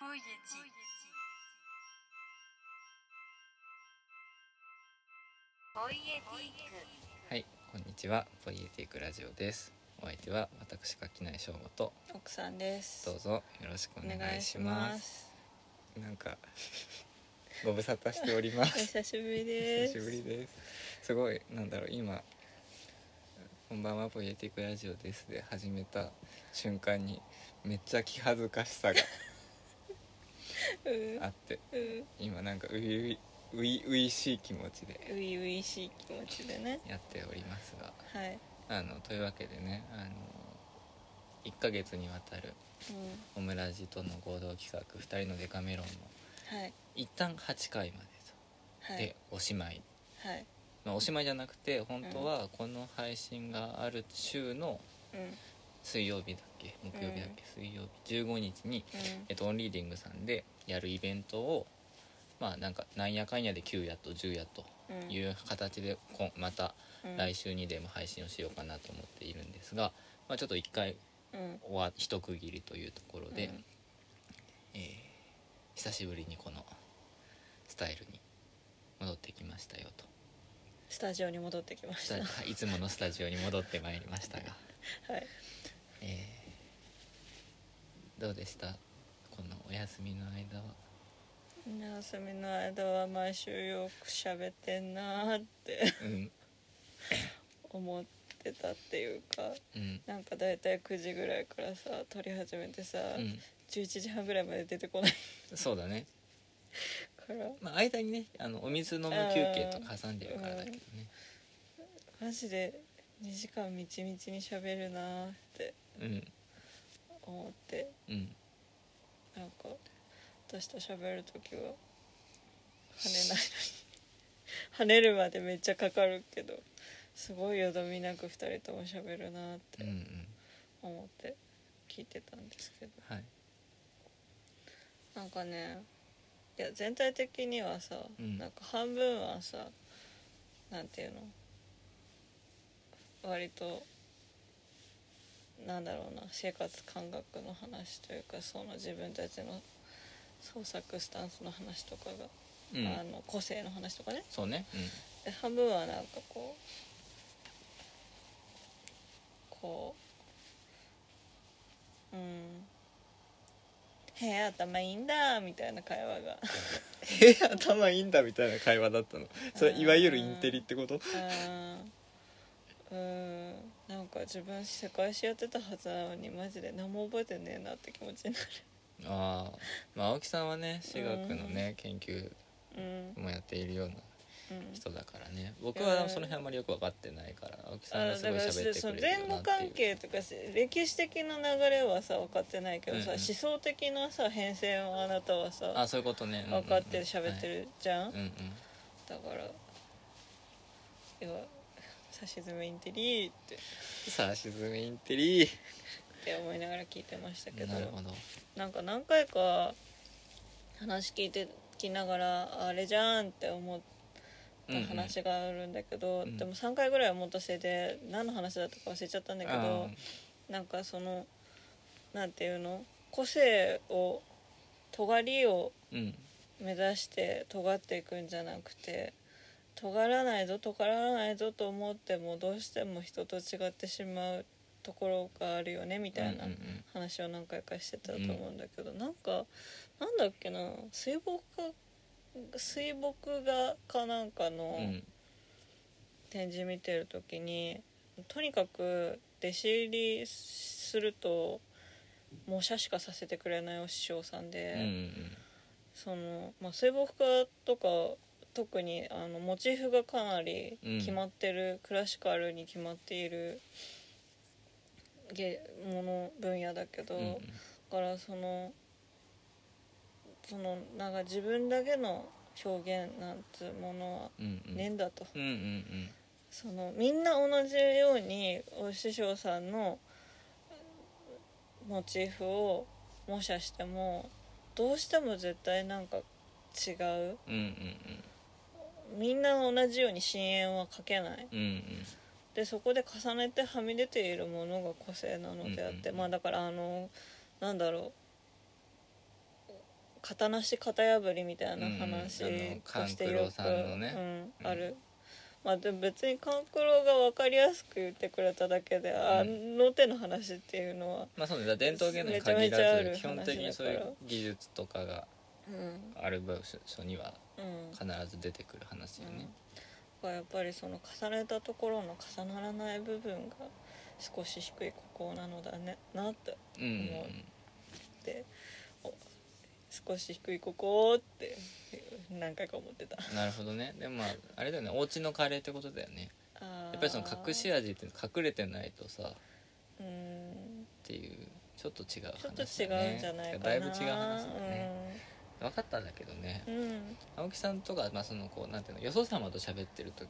ポイエティポイエティック。 はい、こんにちは。ポイエティックラジオです。お相手は私垣内翔吾と奥さんです。 どうぞよろしくお願いしお願ま。 いしますなんかご無沙汰しておりまおす。 久しぶりです。 久しぶりです。すごい今こんばんはポイエティックラジオですで始めた瞬間にめっちゃ気恥ずかしさがあって今なんか初々しい気持ちで初々しい気持ちでね。 やっておりますが、 はい。 というわけでね1ヶ月にわたるオムラジとの合同企画2人のデカメロンのはい一旦8回までと、 はいでおしまい、 はいおしまいじゃなくて本当はこの配信がある週の水曜日だっけ木曜日だっけ、水曜日15日に、オンリーディングさんでやるイベントをなんやかんやで9やと10やという形でまた来週にでも配信をしようかなと思っているんですが、ちょっと一回一区切りというところで、久しぶりにこのスタイルに戻ってきましたよと。 スタジオに戻ってきました。 いつものスタジオに戻ってまいりましたがはい。 どうでしたこのお休みの間は。 休みの間は毎週よく喋ってんなーって思ってたっていうか、なんかだいたい9時ぐらいからさ撮り始めてさ、11時半ぐらいまで出てこないそうだねから、 間にねお水飲む休憩とか挟んでるからだけどね、 マジで2時間みちみちに喋るなーって思って、なんか私と喋るときは跳ねないのに跳ねるまでめっちゃかかるけどすごいよどみなく2人とも喋るなって思って聞いてたんですけど、 はい、 なんかね、いや全体的にはさ、なんか半分はさ、なんていうの、割となんだろうな、生活感覚の話というか、その自分たちの創作スタンスの話とかが、個性の話とかね、 そうね、 で半分はなんかへえ頭いいんだみたいな会話が頭いいんだみたいな会話だったの。それいわゆるインテリってこと？ なんか自分世界史やってたはずなのにマジで何も覚えてねえなって気持ちになる。 青木さんはね私学のね、研究もやっているような人だからね、僕はその辺あんまりよく分かってないから青木さんがすごい喋ってくれるよなっていう。 前後関係とか歴史的な流れはさ分かってないけどさ、思想的なさ変遷をあなたはさ、 そういうことね、 分かって喋ってるじゃん、だからさしずめインテリってさしずめインテリって思いながら聞いてましたけど、 なるほど。 なんか何回か話聞いてきながらあれじゃんって思った話があるんだけど、でも3回ぐらい思ったせいで何の話だったか忘れちゃったんだけど、なんかそのなんていうの、個性を尖りを目指して尖っていくんじゃなくて、尖らないぞと思ってもどうしても人と違ってしまうところがあるよねみたいな話を何回かしてたと思うんだけど、なんかなんだっけな、水墨画かなんかの展示見てる時に、とにかく弟子入りすると模写しかさせてくれないお師匠さんで、水墨画とか特にモチーフがかなり決まってる、クラシカルに決まっている分野だけど、だからそのなんか自分だけの表現なんてものはねえんだと、みんな同じようにお師匠さんのモチーフを模写してもどうしても絶対なんか違う、みんな同じように深淵は描けない、でそこで重ねてはみ出ているものが個性なのであって、だからなんだろう、 型なし型破りみたいな話としてよく、 勘九郎さんのね、 ある。まあでも別に勘九郎が分かりやすく言ってくれただけで、あの手の話っていうのはまあそうね、伝統芸能に限めちゃめちゃあるらず基本的にそういう技術とかがある場所には必ず出てくる話よね。 やっぱりその重ねたところの重ならない部分が少し低いここなのだねなって思って、少し低いここって何回か思ってた。 なるほどね。でもまああれだよね、お家のカレーってことだよね。やっぱりその隠し味って隠れてないとさっていうちょっと違う話だね。 ちょっと違うんじゃないかな。 だいぶ違う話だね。分かったんだけどね、青木さんとか、まあ、そのこうなんていうのよそ様と喋ってる時って、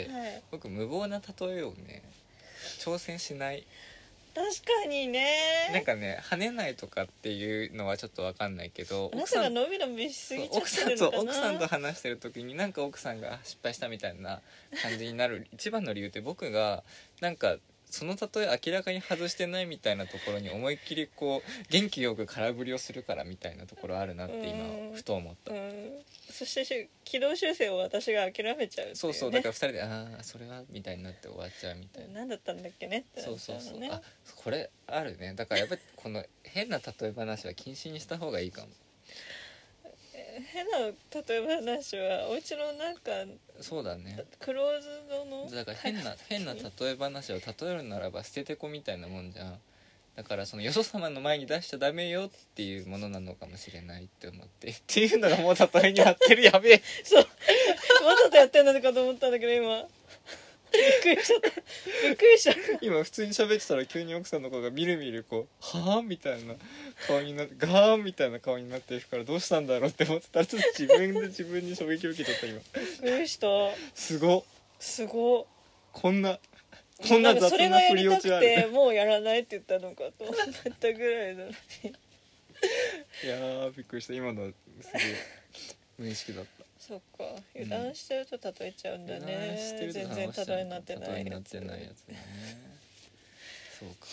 僕無謀な例えをね挑戦しない。 確かにね。 なんかね跳ねないとかっていうのはちょっと分かんないけど、 あなたが伸び伸びしすぎちゃってるのかな。 奥さんと話してる時になんか奥さんが失敗したみたいな感じになる一番の理由って、僕がなんかその例え明らかに外してないみたいなところに思いっきりこう元気よく空振りをするからみたいなところあるなって今ふと思った。 そして軌道修正を私が諦めちゃうっていう、ね、 そうだから2人でそれはみたいになって終わっちゃうみたいな。 何だったんだっけねってなっちゃうのね。 これあるね。だからやっぱりこの変な例え話は禁止にした方がいいかも。 変な例え話はお家のなんかそうだね、 クローズドのだから変な例え話を例えるならば捨ててこみたいなもんじゃん。だからそのよそ様の前に出しちゃダメよっていうものなのかもしれないって思ってっていうのがもう例えになってる。やべえそうわざとやってんのかと思ったんだけど今びっくりしちゃった今普通に喋ってたら急に奥さんの子がみるみるこうはぁみたいな顔になってガーンみたいな顔になっていくからどうしたんだろうって思ってたらちょっと自分で自分に衝撃を受けちゃった今。 びっくりした。 すごこんな雑な振り落ちある。 それがやりたくてもうやらないって言ったのかと思ったぐらいなのにいやーびっくりした。今のすげえ無意識だった。 そっか油断してると例えちゃうんだね、全然例えになってないやつだね。そうか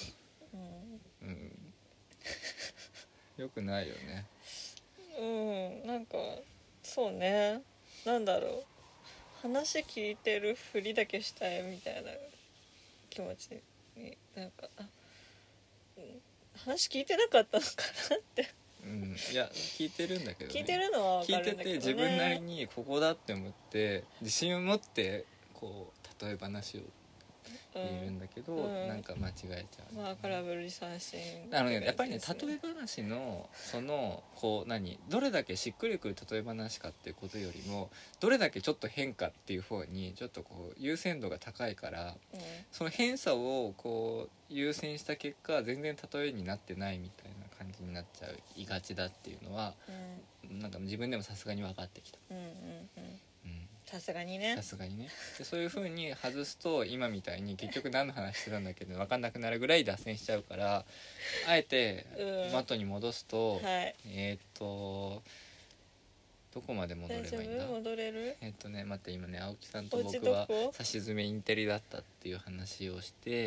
よくないよね。 なんかそうね、なんだろう、話聞いてるふりだけしたいみたいな気持ちになんか話聞いてなかったのかなっていや聞いてるんだけど、ね、 聞いてるのは分かるんだけど、ね、 聞いてて自分なりにここだって思って自信を持ってこう例え話を言えるんだけど、なんか間違えちゃう、 まあ空振り三振、 やっぱりね例え話のそのこうどれだけしっくりくる例え話かっていうことよりもどれだけちょっと変かっていう方にちょっとこう優先度が高いから、その変さをこう優先した結果全然例えになってないみたいな感じになっちゃいがちだっていうのは、なんか自分でもさすがに分かってきた。 さすがにねでそういう風に外すと今みたいに結局何の話してたんだけど分かんなくなるぐらい脱線しちゃうから、あえて元に戻すと、どこまで戻ればいいんだ。 戻れる？ 待って今ね青木さんと僕はさしずめインテリだったっていう話をして、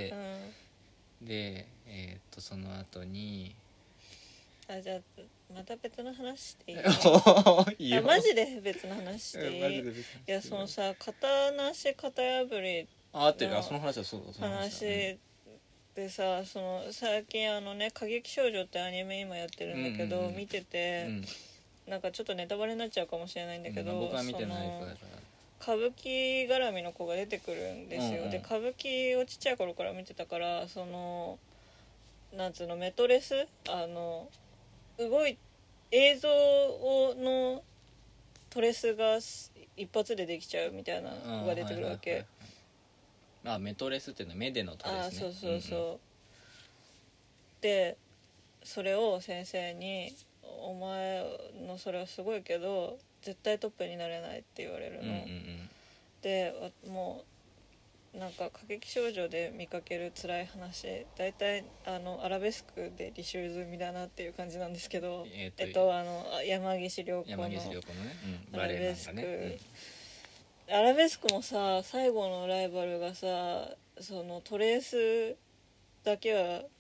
でその後にじゃあまた別の話していい？ いいよマジで別の話していい？ マジで別の話。 いやそのさ型なし型破り合ってる。その話はそうだ。 話でさ、その最近過激少女ってアニメ今やってるんだけど、見てて、なんかちょっとネタバレになっちゃうかもしれないんだけど、 僕は見てない子だから歌舞伎絡みの子が出てくるんですよ、で歌舞伎をちっちゃい頃から見てたから、そのなんつうのメトレス映像のトレスが一発でできちゃうみたいなのが出てくるわけ。 メトレスっていうのは目でのトレスね。 そうでそれを先生にお前のそれはすごいけど絶対トップになれないって言われるの、でもうなんか歌劇少女で見かける辛い話大体アラベスクで履修済みだなっていう感じなんですけど、山岸涼子のアラベスク、アラベスクもさ最後のライバルがさそのトレースだけは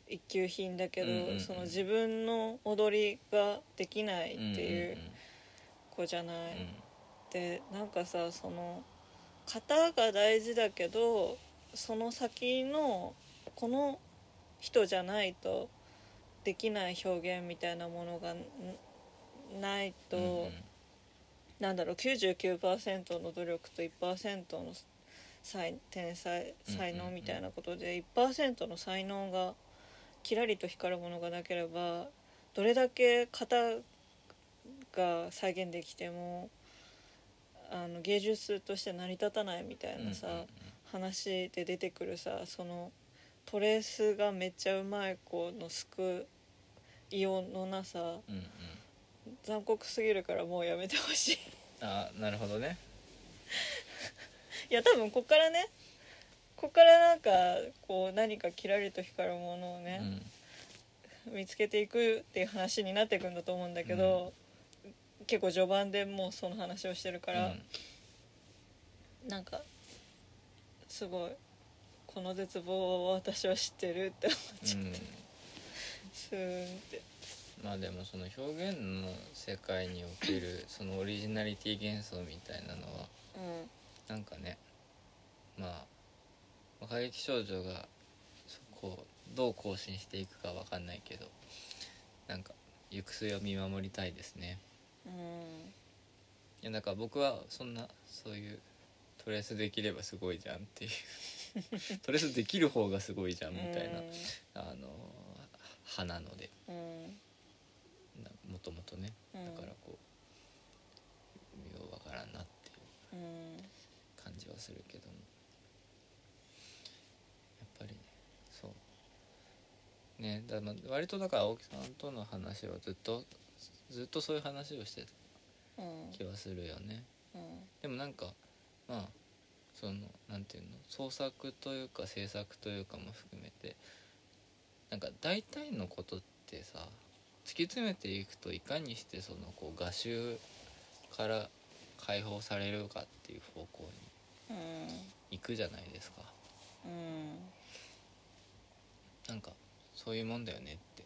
一級品だけど、 うんうんうん、 その自分の踊りができないっていう子じゃない、でなんかさ、その型が大事だけどその先のこの人じゃないとできない表現みたいなものがないと、 うんうん、 なんだろう、99% の努力と 1% の天才才能みたいなことで、1% の才能がキラリと光るものがなければどれだけ型が再現できても芸術として成り立たないみたいなさ、話で出てくるさ、そのトレースがめっちゃうまい子の救いようのなさ、残酷すぎるからもうやめてほしいあ、なるほどね。 いや多分こっからなんかこう何かキラリと光るものをね、見つけていくっていう話になっていくんだと思うんだけど、結構序盤でもうその話をしてるから、なんかすごいこの絶望を私は知ってるって思っちゃって、スーンって。 まあでもその表現の世界におけるそのオリジナリティ幻想みたいなのは、なんかね、まあ若劇少女がそこをどう更新していくかわかんないけど、なんか行く末を見守りたいですね。いや、だから僕はそういうトレースできればすごいじゃんっていうトレースできる方がすごいじゃんみたいな派なので、もともとね、だからこうようわからんなっていう感じはするけども、やっぱりね、そうね、だから割とだから青木さんとの話はずっとそういう話をしてた気はするよね。でもなんかまあそのなんていうの、創作というか制作というかも含めて、なんか大体のことってさ、突き詰めていくといかにしてそのこう画集から解放されるかっていう方向に行くじゃないですか。なんかそういうもんだよねって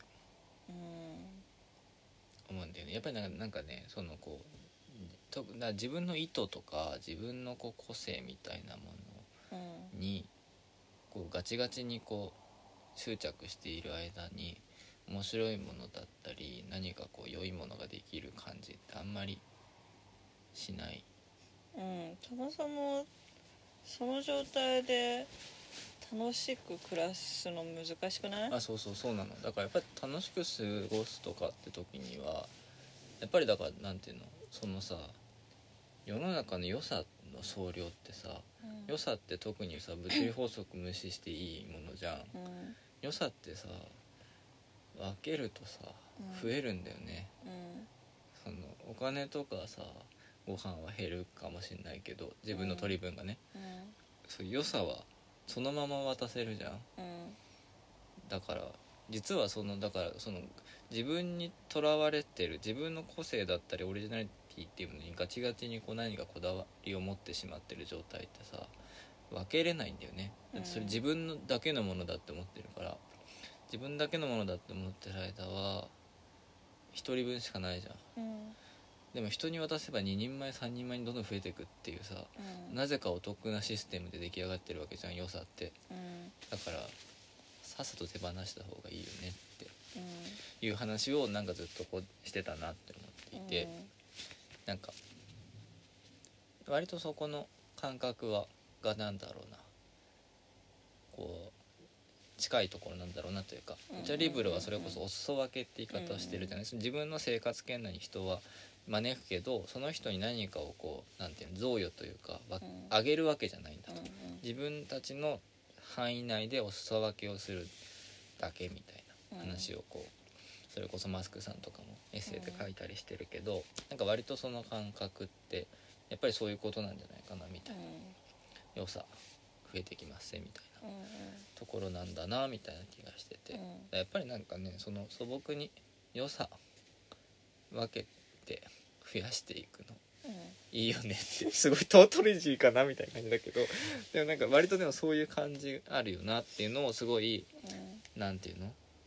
思うんだよね。やっぱりなんかね、そのこうだ自分の意図とか自分のこう個性みたいなものにこうガチガチにこう執着している間に面白いものだったり何かこう良いものができる感じってあんまりしない。 そもそもその状態で楽しく暮らすの難しくない？ そうなの。だからやっぱり楽しく過ごすとかって時にはやっぱりだからなんていうの、そのさ、世の中の良さの総量ってさ、良さって特にさ物理法則無視していいものじゃん。良さってさ分けるとさ増えるんだよね。そのお金とかさご飯は減るかもしれないけど自分の取り分がね、そういう良さはそのまま渡せるじゃん。だから実はだからその自分にとらわれてる自分の個性だったりオリジナリティっていうのにガチガチにこう何かこだわりを持ってしまってる状態ってさ分けれないんだよね。だってそれ自分だけのものだって思ってるから、自分だけのものだって思ってる間は一人分しかないじゃん。でも人に渡せば2人前3人前にどんどん増えていくっていうさ、なぜかお得なシステムで出来上がってるわけじゃん良さって。だからさっさと手放した方がいいよねっていう話をなんかずっとこうしてたなって思っていて、なんか割とそこの感覚がなんだろうな、こう近いところなんだろうなというか、じゃあリブルはそれこそお裾分けって言い方をしてるじゃないですか。自分の生活圏内に人は招くけどその人に何かをこうなんていうの贈与というかあげるわけじゃないんだと、自分たちの範囲内でお裾分けをするだけみたいな話をこうそれこそマスクさんとかもエッセイで書いたりしてるけど、なんか割とその感覚ってやっぱりそういうことなんじゃないかなみたいな、良さ増えてきますねみたいなところなんだなみたいな気がしてて、やっぱりなんかね、その素朴に良さ分けて増やしていくのいいよねってすごいトートレジーかなみたいな感じだけど、でもなんか割とでもそういう感じあるよなっていうのをすごいなんていうの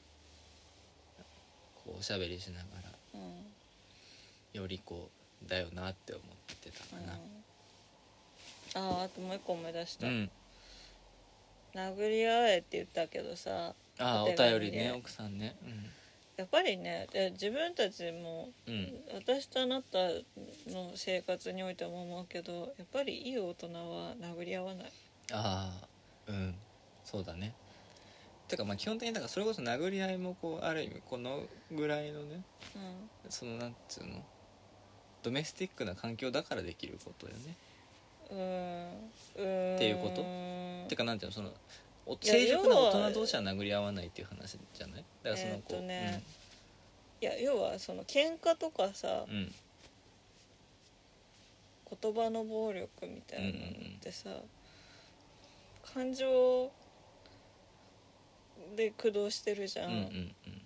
しゃべりしながらうんよりこうだよなって思ってたかな。 あともう一個思い出した、 うん殴り合えって言ったけどさ、 お手紙で便りね奥さんねやっぱりね自分たちも、私とあなたの生活においても思うけど、やっぱりいい大人は殴り合わない。 そうだね。てかまあ基本的にだからそれこそ殴り合いもこうある意味このぐらいのね、そのなんつうのドメスティックな環境だからできることよね。っていうこと？てかなんていうのその成熟な大人同士は殴り合わないっていう話じゃない？だからそのこう、 いや要はその喧嘩とかさ、言葉の暴力みたいなのってさ、感情で駆動してるじゃん、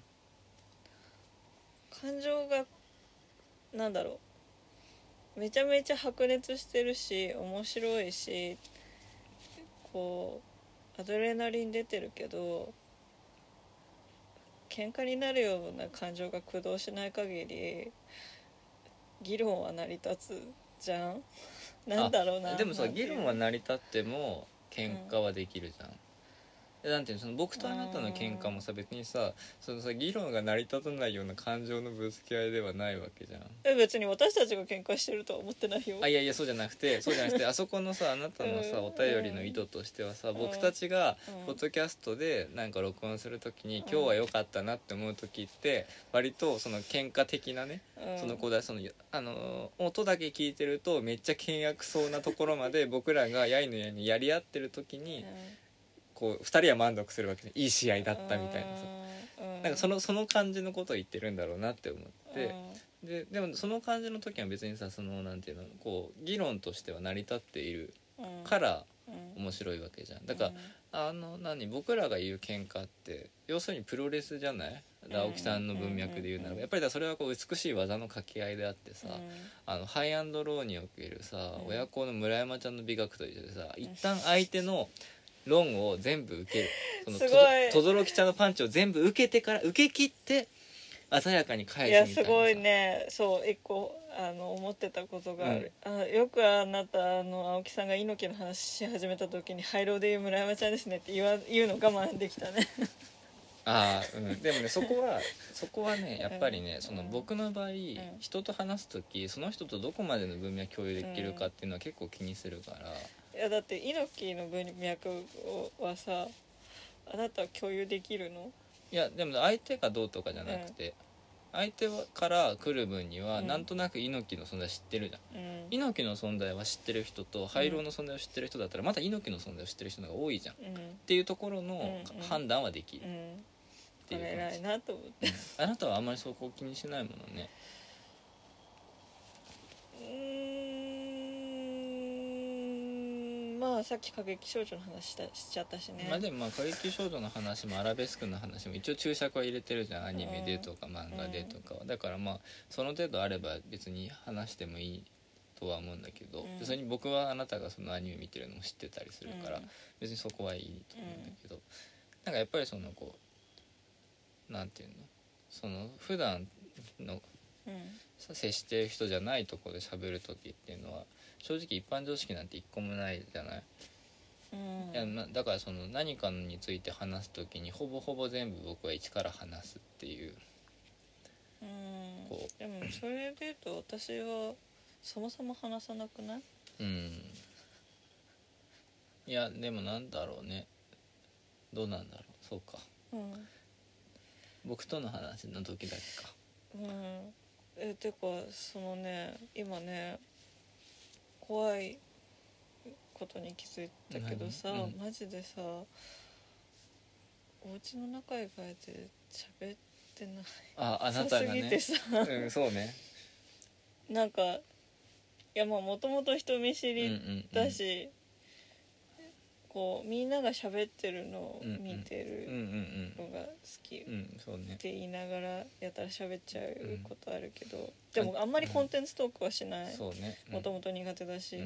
感情がなんだろうめちゃめちゃ白熱してるし面白いしこうアドレナリン出てるけど喧嘩になるような感情が駆動しない限り議論は成り立つじゃん。なんだろうな。 でもさ議論は成り立っても喧嘩はできるじゃん。なんていうのその僕とあなたの喧嘩もさ別にさそのさ議論が成り立たないような感情のぶつけ合いではないわけじゃん。 別に私たちが喧嘩してるとは思ってないよ。 いやそうじゃなくてあそこのさあなたのさお便りの意図としてはさ僕たちがポッドキャストでなんか録音するときに今日は良かったなって思うときって割とその喧嘩的なね、そのこだその音だけ聞いてるとめっちゃ険悪そうなところまで僕らがやいのやいにやり合ってるときに、こう2人は満足するわけでいい試合だったみたいなさ、なんかその感じのことを言ってるんだろうなって思って、でもその感じの時は別にさそのなんていうのこう議論としては成り立っているから面白いわけじゃん。だから僕らが言う喧嘩って要するにプロレスじゃない？青木さんの文脈で言うならばやっぱりそれはこう美しい技の掛け合いであってさ、ハイアンドローにおけるさ親子の村山ちゃんの美学と一緒でさ一旦相手の論を全部受けるその轟ちゃんのパンチを全部受けてから受け切って鮮やかに返すみたいな。いやすごいね。そう一個思ってたことがある、よくあなた青木さんが猪木の話し始めた時にハイローで言う村山ちゃんですねって言うの我慢できたねでもねそこはねやっぱりねその僕の場合、人と話す時その人とどこまでの文脈共有できるかっていうのは結構気にするから、 いやだって猪木の文脈はさあなたは共有できるの？ いやでも相手がどうとかじゃなくて、相手から来る分にはなんとなく猪木の存在知ってるじゃん、猪木の存在は知ってる人とハイローの存在を知ってる人だったらまた猪木の存在を知ってる人の方が多いじゃん、っていうところの判断はできる、っていう偉いなと思って、 あなたはあんまりそこを気にしないものね。 まあさっき過激少女の話しちゃったしね。 でも過激少女の話もアラベスクの話も一応注釈は入れてるじゃん、アニメでとか漫画でとかは、だからその程度あれば別に話してもいいとは思うんだけど、それに僕はあなたがそのアニメ見てるのも知ってたりするから、別にそこはいいと思うんだけど、なんかやっぱりそのこうなんていうのその普段の接してる人じゃないところで喋る時っていうのは正直一般常識なんて一個もないじゃない、いやだからその何かについて話す時にほぼほぼ全部僕は一から話すっていう、こうでもそれで言うと私はそもそも話さなくない？ いやでもなんだろうね、どうなんだろう、そうか、僕との話の時だけか。 てかそのね今ね怖いことに気づいたけどさ、マジでさお家の中以外で喋ってない。 あなたがね。 そうすぎてさ、 そうね。 なんかいやもともと人見知りだし、こうみんなが喋ってるのを見てるのが好きって言いながらやたら喋っちゃうことあるけど、でもあんまりコンテンツトークはしない、もともと苦手だし、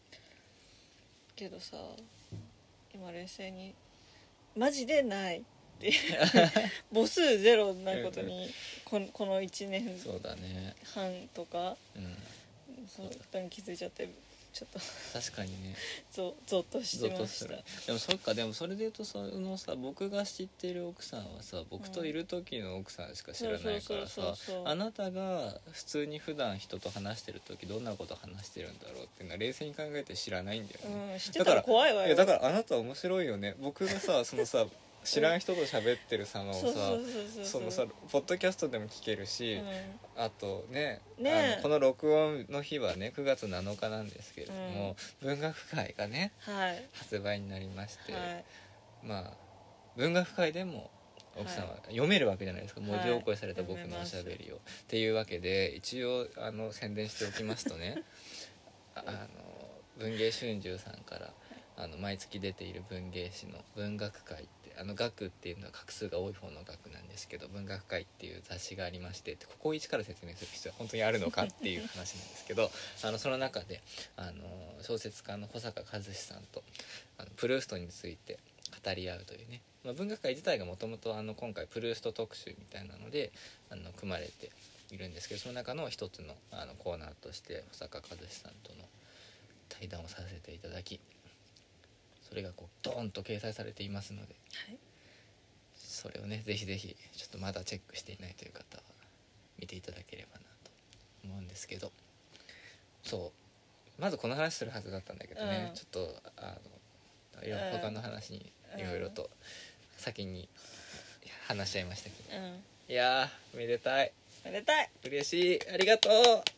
けどさ今冷静にマジでないっていう母数ゼロなことにこの1年そうだね、 半とか、 そうそういうことに気づいちゃってちょっと確かにねゾッとしてました。 でもそっか、でもそれで言うとそのさ、僕が知ってる奥さんはさ、僕といる時の奥さんしか知らないからさ、あなたが普通に普段人と話してる時どんなこと話してるんだろうっていうのは冷静に考えて知らないんだよね、 知ってたら怖いわよ。 だからあなた面白いよね。僕がさそのさ知らん人と喋ってる様をさ、そのさポッドキャストでも聞けるし、あとね、この録音の日はね9月7日なんですけれども、文学会がね、発売になりまして、まあ文学会でも奥さんは読めるわけじゃないですか、文字起こしされた僕のおしゃべりを、っていうわけで一応宣伝しておきますとね文芸春秋さんから毎月出ている文芸誌の文学会って学っていうのは画数が多い方の学なんですけど、文学会っていう雑誌がありまして、ここ一から説明する必要は本当にあるのかっていう話なんですけどその中で小説家の保坂和志さんとプルーストについて語り合うというね、文学会自体がもともと今回プルースト特集みたいなので組まれているんですけど、その中の一つのコーナーとして保坂和志さんとの対談をさせていただき、それがこうドーンと掲載されていますので、それをねぜひぜひちょっとまだチェックしていないという方は見ていただければなと思うんですけど、そうまずこの話するはずだったんだけどね、ちょっと他の話にいろいろと先に話しちゃいましたけど、いやーめでたい嬉しい、ありがとう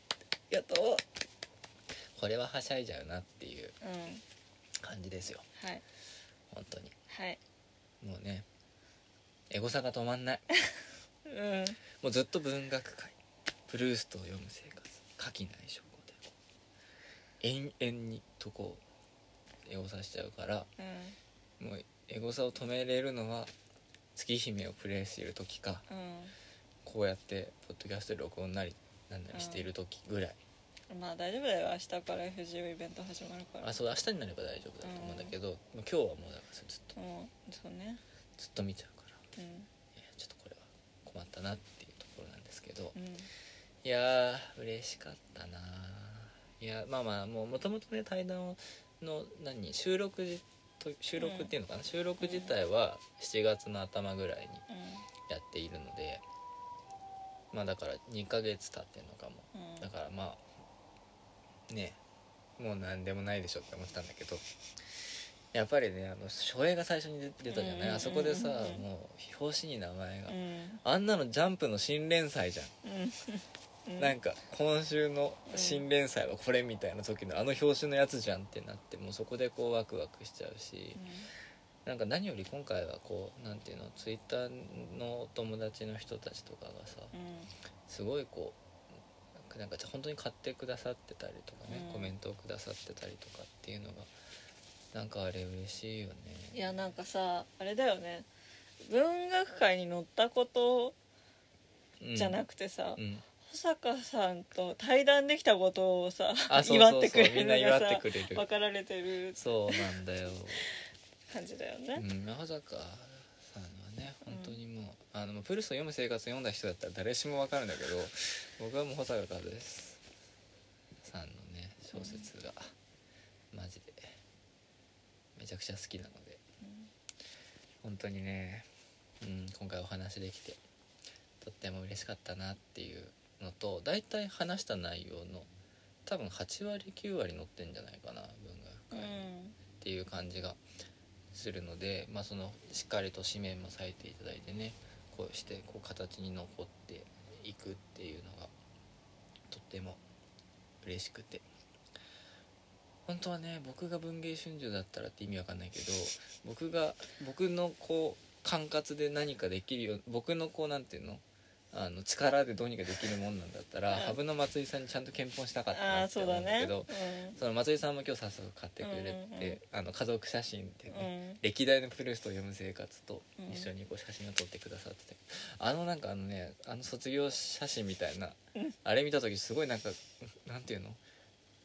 これははしゃいじゃうなっていう感じですよ、本当に、もうねエゴサが止まんないもうずっと文学界、プルーストを読む生活、書きない書庫で延々にとこうエゴサしちゃうから、もうエゴサを止めれるのは月姫をプレイしている時か、こうやってポッドキャストで録音なりなんなりしている時ぐらい、 まあ大丈夫だよ、明日から FGO イベント始まるから。 そう明日になれば大丈夫だと思うんだけど、今日はもうだからずっと、 そうね、 ずっと見ちゃうから、ちょっとこれは困ったなっていうところなんですけど、いやー嬉しかったな。いやまあもともとね対談の収録っていうのかな、収録自体は7月の頭ぐらいにやっているので、まあだから2ヶ月経ってんのかも、だからまあねもう何でもないでしょって思ってたんだけど、やっぱりね初映が最初に出たじゃない、あそこでさ、もう表紙に名前が、あんなのジャンプの新連載じゃん、なんか今週の新連載はこれみたいな時の表紙のやつじゃんってなって、もうそこでこうワクワクしちゃうし、なんか何より今回はこうなんていうの、ツイッターのお友達の人たちとかがさ、すごいこうなんか本当に買ってくださってたりとかね、コメントをくださってたりとかっていうのがなんかあれ嬉しいよね。 いやなんかさあれだよね、文学界に載ったことじゃなくてさ、保坂さんと対談できたことをさ祝ってくれるのがさ分かられてる、 そうなんだよ感じだよね。 保坂さんはね本当にもう、プルスト読む生活読んだ人だったら誰しも分かるんだけど、僕はもう保坂和志さんのね小説がマジでめちゃくちゃ好きなので、本当にね、今回お話できてとっても嬉しかったなっていうのと、だいたい話した内容の多分8割9割載ってんじゃないかな文学界っていう感じがするので、そのしっかりと紙面も割いていただいてね、こうしてこう形に残っていくっていうのがとっても嬉しくて、本当はね僕が文芸春秋だったらって意味わかんないけど、僕のこう管轄で何かできるよ、僕のこうなんていうの力でどうにかできるもんなんだったら、羽生の松井さんにちゃんと検討したかったなって思うんだけど、その松井さんも今日早速買ってくれて、家族写真でね、歴代のプルーストを読む生活と一緒にこう写真を撮ってくださってて、なんか卒業写真みたいな、あれ見た時すごいなんていうの、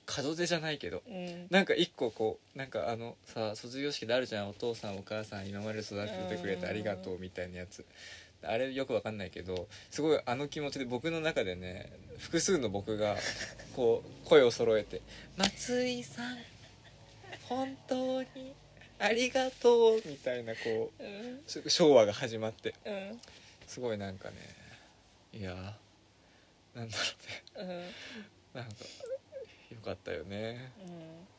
門出じゃないけど、 うん、 なんか一個こうなんかさ卒業式であるじゃん、お父さんお母さん今まで育ててくれてありがとうみたいなやつ、あれよくわかんないけどすごい気持ちで僕の中でね複数の僕がこう声を揃えて松井さん本当にありがとうみたいなこう、うん、昭和が始まって、うん、すごいなんかねいやなんだろうね、うん、なんかよかったよね、うん、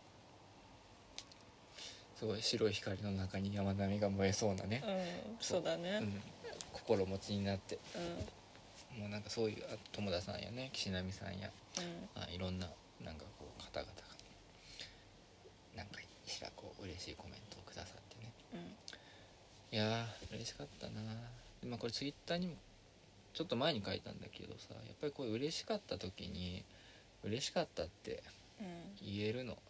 すごい白い光の中に山並みが燃えそうなね、 うん、そうだね、うん、 心持ちになって、うん、もうなんかそういう友田さんやね岸波さんや、うん、いろんななんかこう方々がなんかしらこう嬉しいコメントをくださってね、うん、いやー嬉しかったな。まあこれツイッターにもちょっと前に書いたんだけどさ、やっぱりこう嬉しかった時に嬉しかったって言えるの、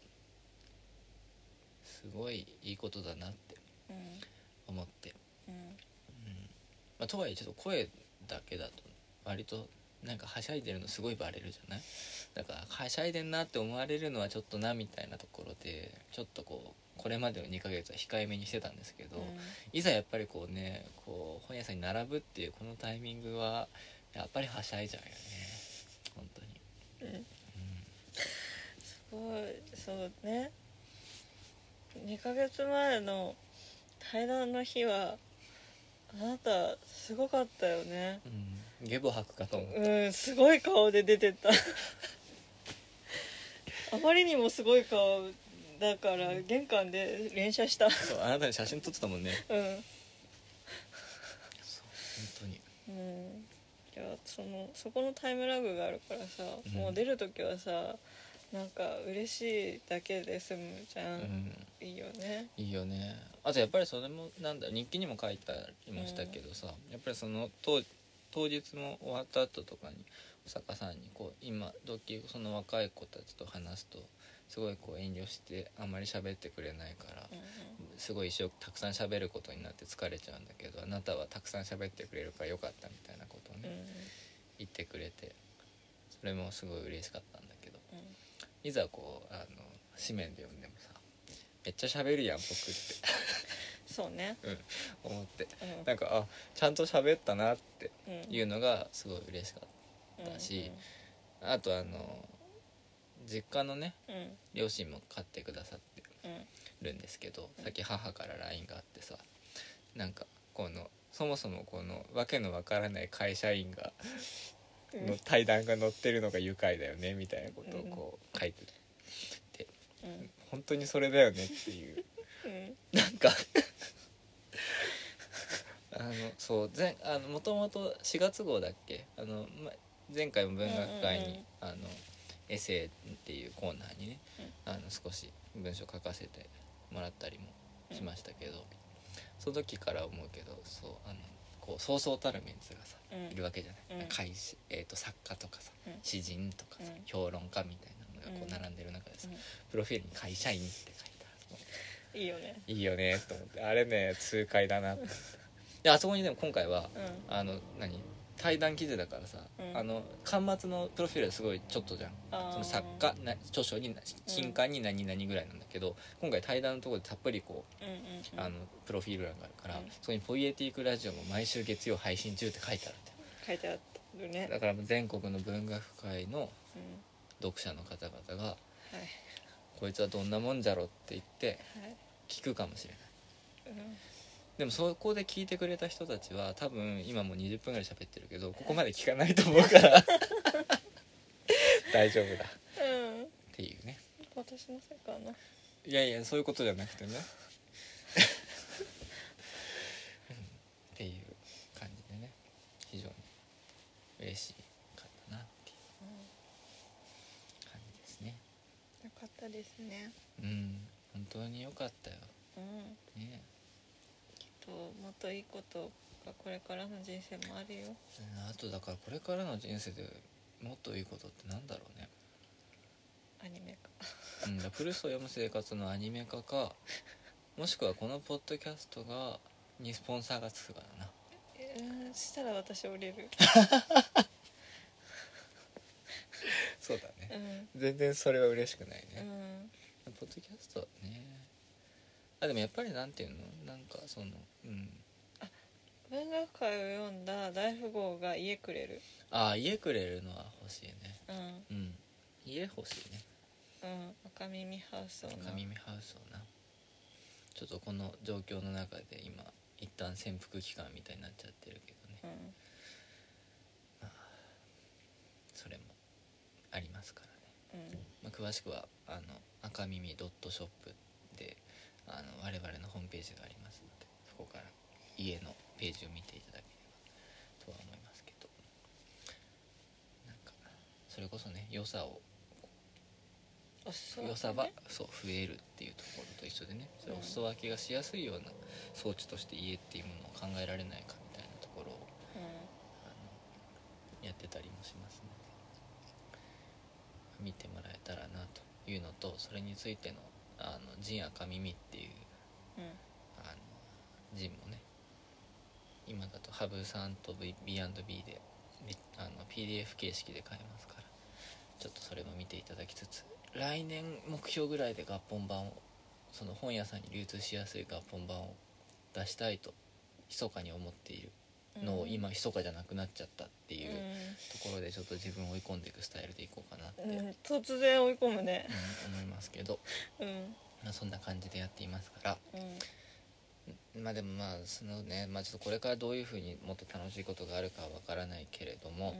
すごいいいことだなって思って、うんうん、まあ、とはいえちょっと声だけだと割となんかはしゃいでるのすごいバレるじゃない。だからはしゃいでんなって思われるのはちょっとなみたいなところでちょっとこうこれまでの2ヶ月は控えめにしてたんですけど、いざやっぱりこうねこう本屋さんに並ぶっていうこのタイミングはやっぱりはしゃいじゃうよね本当に、うんうん、 すごいそうね。2ヶ月前の対談の日はあなたすごかったよね、 うん、ゲボ吐くかと思った、 うん、すごい顔で出てたあまりにもすごい顔だから玄関で連写した。 そうあなたに写真撮ってたもんね、うん、そう本当に、 うん、いやそこのタイムラグがあるからさ、うん、もう出るときはさなんか嬉しいだけで済むじゃん、うん、いいよねいいよね。あとやっぱりそれもなんだ日記にも書いたりもしたけどさ、うん、やっぱりその当日も終わった後とかにお坂さんにこう今時その若い子たちと話すとすごいこう遠慮してあんまり喋ってくれないから、うんうん、すごいたくさん喋ることになって疲れちゃうんだけどあなたはたくさん喋ってくれるからよかったみたいなことをね、うん、言ってくれてそれもすごい嬉しかったんだけど、うん、いざこう紙面で読んでもさめっちゃ喋るやん僕ってそうね、 うん、思って、うん、なんかちゃんと喋ったなっていうのがすごい嬉しかったし、うんうん、あと実家のね、うん、両親も買ってくださってるんですけど、うん、さっき母から LINE があってさなんかそもそもこのわけのわからない会社員がの対談が載ってるのが愉快だよねみたいなことをこう書いてて、うん、本当にそれだよねっていう、うん、なんかそうもともと4月号だっけ前回も文学会に、エッセイっていうコーナーにね、少し文章書かせてもらったりもしましたけど、その時から思うけどこうそうそうたるメンツがさ、いるわけじゃない、作家とかさ、詩人とかさ、評論家みたいなのがこう並んでる中でさ、プロフィールに会社員って書いてある。 いいよねいいよねと思ってあれね痛快だなと思ってであそこにでも今回は、対談記事だからさ、巻末のプロフィールはすごいちょっとじゃん。その作家著書に新刊に何々ぐらいなんだけど、今回対談のところでたっぷりこう、プロフィール欄があるから、そこにポイエティックラジオも毎週月曜配信中って書いてあるって。 書いてあるね。 だから全国の文学界の読者の方々が、こいつはどんなもんじゃろって言って聞くかもしれない。でもそこで聞いてくれた人たちは多分今もう20分ぐらい喋ってるけどここまで聞かないと思うから大丈夫だ、っていうね。 私のせいかな。 いやいやそういうことじゃなくてねっていう感じでね非常に嬉しかったなっていう感じですね。 よかったですね。 本当によかったよ、ね。 もっといいことがこれからの人生もあるよ。 あとだからこれからの人生でもっといいことってなんだろうね。 アニメ化プルスを読む生活のアニメ化かもしくはこのポッドキャストにスポンサーがつくからな。 したら私降りるそうだね、 全然それは嬉しくないね、 うんポッドキャストね。でもやっぱりなんていうの、なんかその文学界を読んだ大富豪が家くれる。 家くれるのは欲しいね。家欲しいね。 赤耳ハウスをな。 赤耳ハウスをな。ちょっとこの状況の中で今一旦潜伏期間みたいになっちゃってるけどね、それもありますからね、詳しくは赤耳ドットショップで我々のホームページがありますので、そこから家のページを見ていただければとは思いますけど、なんかそれこそね、良さはそう増えるっていうところと一緒でね、それお裾分けがしやすいような装置として家っていうものを考えられないかみたいなところを、やってたりもしますので、見てもらえたらなというのと、それについてのジン赤耳っていう、ジンもね、今だとハブさんと B&B でPDF 形式で買えますから、ちょっとそれも見ていただきつつ、来年目標ぐらいで合本版を、その本屋さんに流通しやすい合本版を出したいと密かに思っているのを、今密かじゃなくなっちゃったっていうところで、ちょっと自分を追い込んでいくスタイルでいこうかなって、 突然追い込むね、 思いますけど、そんな感じでやっていますから、でもそのね、ちょっとこれからどういうふうにもっと楽しいことがあるかはわからないけれども、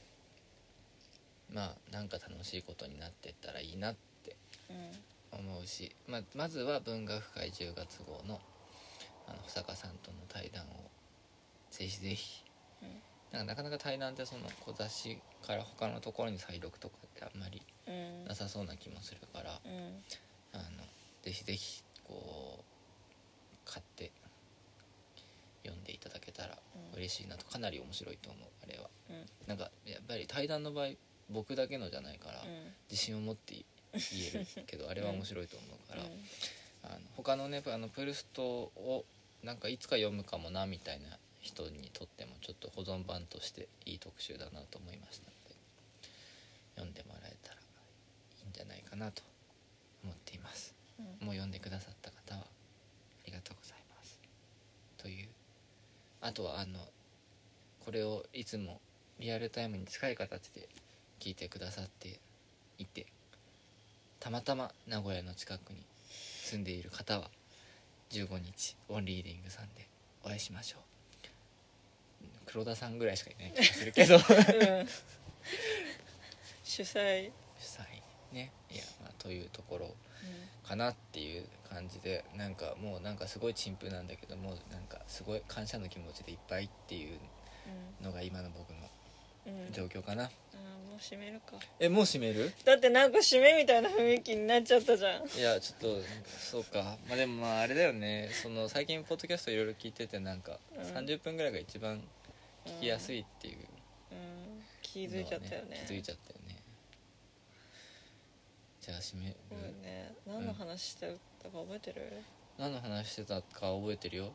なんか楽しいことになっていったらいいなって思うし、まずは文学界10月号の保坂さんとの対談をぜひぜひ、なかなか対談ってその小雑誌から他のところに再録とかってあんまりなさそうな気もするから、ぜひぜひこう買って読んでいただけたら嬉しいなと。かなり面白いと思う、あれは。なんかやっぱり対談の場合僕だけのじゃないから、自信を持って言えるけどあれは面白いと思うから、他のねプルストをなんかいつか読むかもなみたいな人にとってもちょっと保存版としていい特集だなと思いましたので、読んでもらえたらいいんじゃないかなと思っています、もう読んでくださった方はありがとうございますという。あとはこれをいつもリアルタイムに近い形で聞いてくださっていて、たまたま名古屋の近くに住んでいる方は15日オンリーディングさんでお会いしましょう。黒田さんぐらいしかいない気がするけど主催ね。いやというところかなっていう感じで、なんかもうなんかすごい陳腐なんだけども、なんかすごい感謝の気持ちでいっぱいっていうのが今の僕の状況かな。 もう閉めるか。 もう閉める？ だってなんか閉めみたいな雰囲気になっちゃったじゃん。 いやちょっとそうか。でもあれだよね、その最近ポッドキャストいろいろ聞いてて、なんか30分ぐらいが一番聞きやすいっていう、 気づいちゃったよね。 気づいちゃったよね。じゃあ閉める？ 何の話してたか覚えてる？ 何の話してたか覚えてるよ。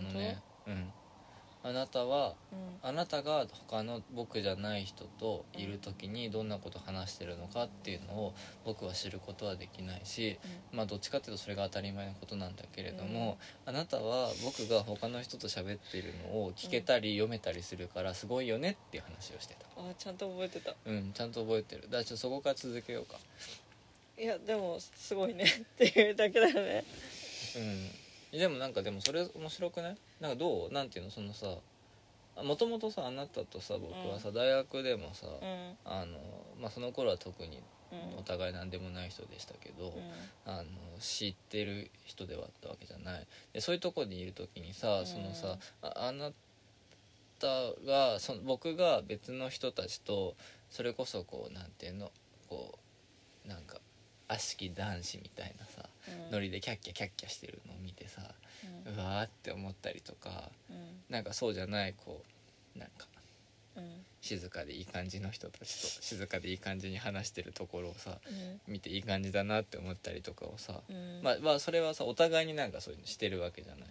あなたは、あなたが他の僕じゃない人といる時にどんなこと話してるのかっていうのを僕は知ることはできないし、どっちかっていうとそれが当たり前のことなんだけれども、あなたは僕が他の人と喋っているのを聞けたり読めたりするからすごいよねっていう話をしてた。 ちゃんと覚えてた。 ちゃんと覚えてる。だからちょっとそこから続けようか。 いやでもすごいねっていうだけだよね。 でもでもそれ面白くない？なんかどう？なんていうの、そのさ、もともとさあなたとさ僕はさ、大学でもさ、その頃は特にお互い何でもない人でしたけど、知ってる人ではあったわけじゃない。でそういうとこにいる時にさ、そのさ、あなたが僕が別の人たちとそれこそこうなんていうの、こうなんか悪しき男子みたいなさ、ノリでキャッキャキャッキャしてるのを見てさ、うわーって思ったりとか、なんかそうじゃないこうなんか、静かでいい感じの人たちと静かでいい感じに話してるところをさ、見ていい感じだなって思ったりとかをさ、それはさお互いになんかそういうのしてるわけじゃない。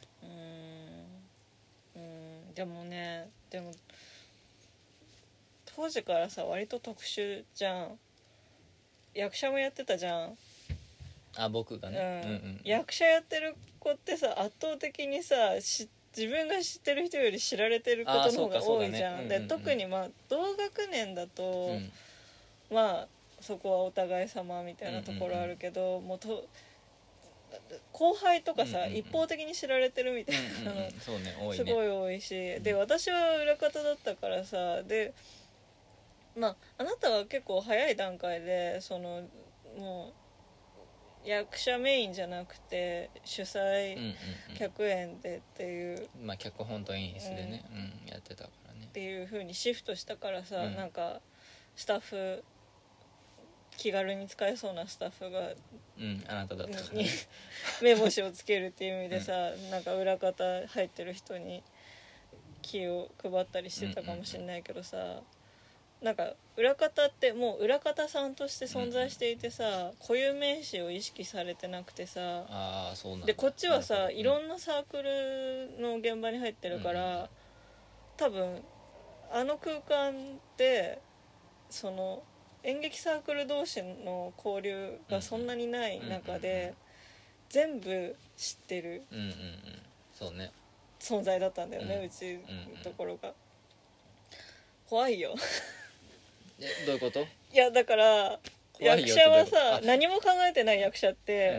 でも当時からさ割と特殊じゃん。 役者もやってたじゃん。 あ、僕がね、 役者やってる子ってさ圧倒的にさ自分が知ってる人より知られてることの方が多いじゃん、で特にまあ同学年だと、まあそこはお互い様みたいなところあるけど、もう後輩とかさ、一方的に知られてるみたいなの、 そうね、多いね、 すごい多いし、で私は裏方だったからさ、でまああなたは結構早い段階でそのもう役者メインじゃなくて主催客演でっていう、 まあ脚本と演出でね、やってたからねっていう風にシフトしたからさ、なんかスタッフ気軽に使えそうなスタッフが、 あなただったから、ね、 目星をつけるっていう意味でさ、なんか裏方入ってる人に気を配ったりしてたかもしれないけどさ、なんか裏方ってもう裏方さんとして存在していてさ、固有名詞を意識されてなくてさ、 そうなんだ。 でこっちはさ、いろんなサークルの現場に入ってるから、多分あの空間でその演劇サークル同士の交流がそんなにない中で、全部知ってるそうね、 存在だったんだよね、うちのところが。怖いよどういうこと？ いやだから役者はさ、何も考えてない役者って、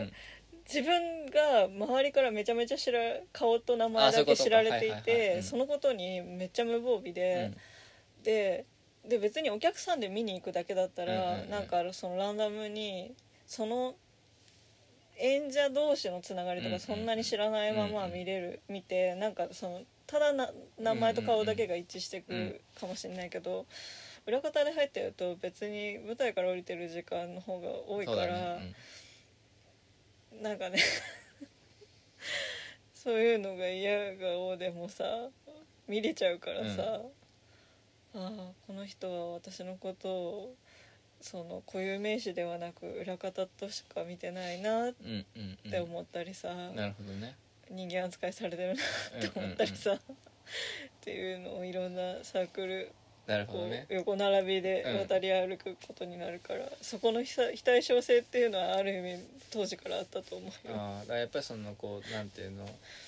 自分が周りからめちゃめちゃ顔と名前だけ知られていて、そのことにめっちゃ無防備で、で別にお客さんで見に行くだけだったら、なんかそのランダムにその演者同士のつながりとかそんなに知らないまま見て、なんかそのただ名前と顔だけが一致してくるかもしれないけど、裏方で入ってると別に舞台から降りてる時間の方が多いから、なんかねそういうのが嫌顔でもさ見れちゃうからさ、この人は私のことをその固有名詞ではなく裏方としか見てないなって思ったりさ、 なるほどね、 人間扱いされてるなって思ったりさ、っていうのをいろんなサークルなるほど、ね、 横並びで渡り歩くことになるから、そこの非対称性っていうのはある意味当時からあったと思うよ。 だからやっぱりそのこうなんていうの、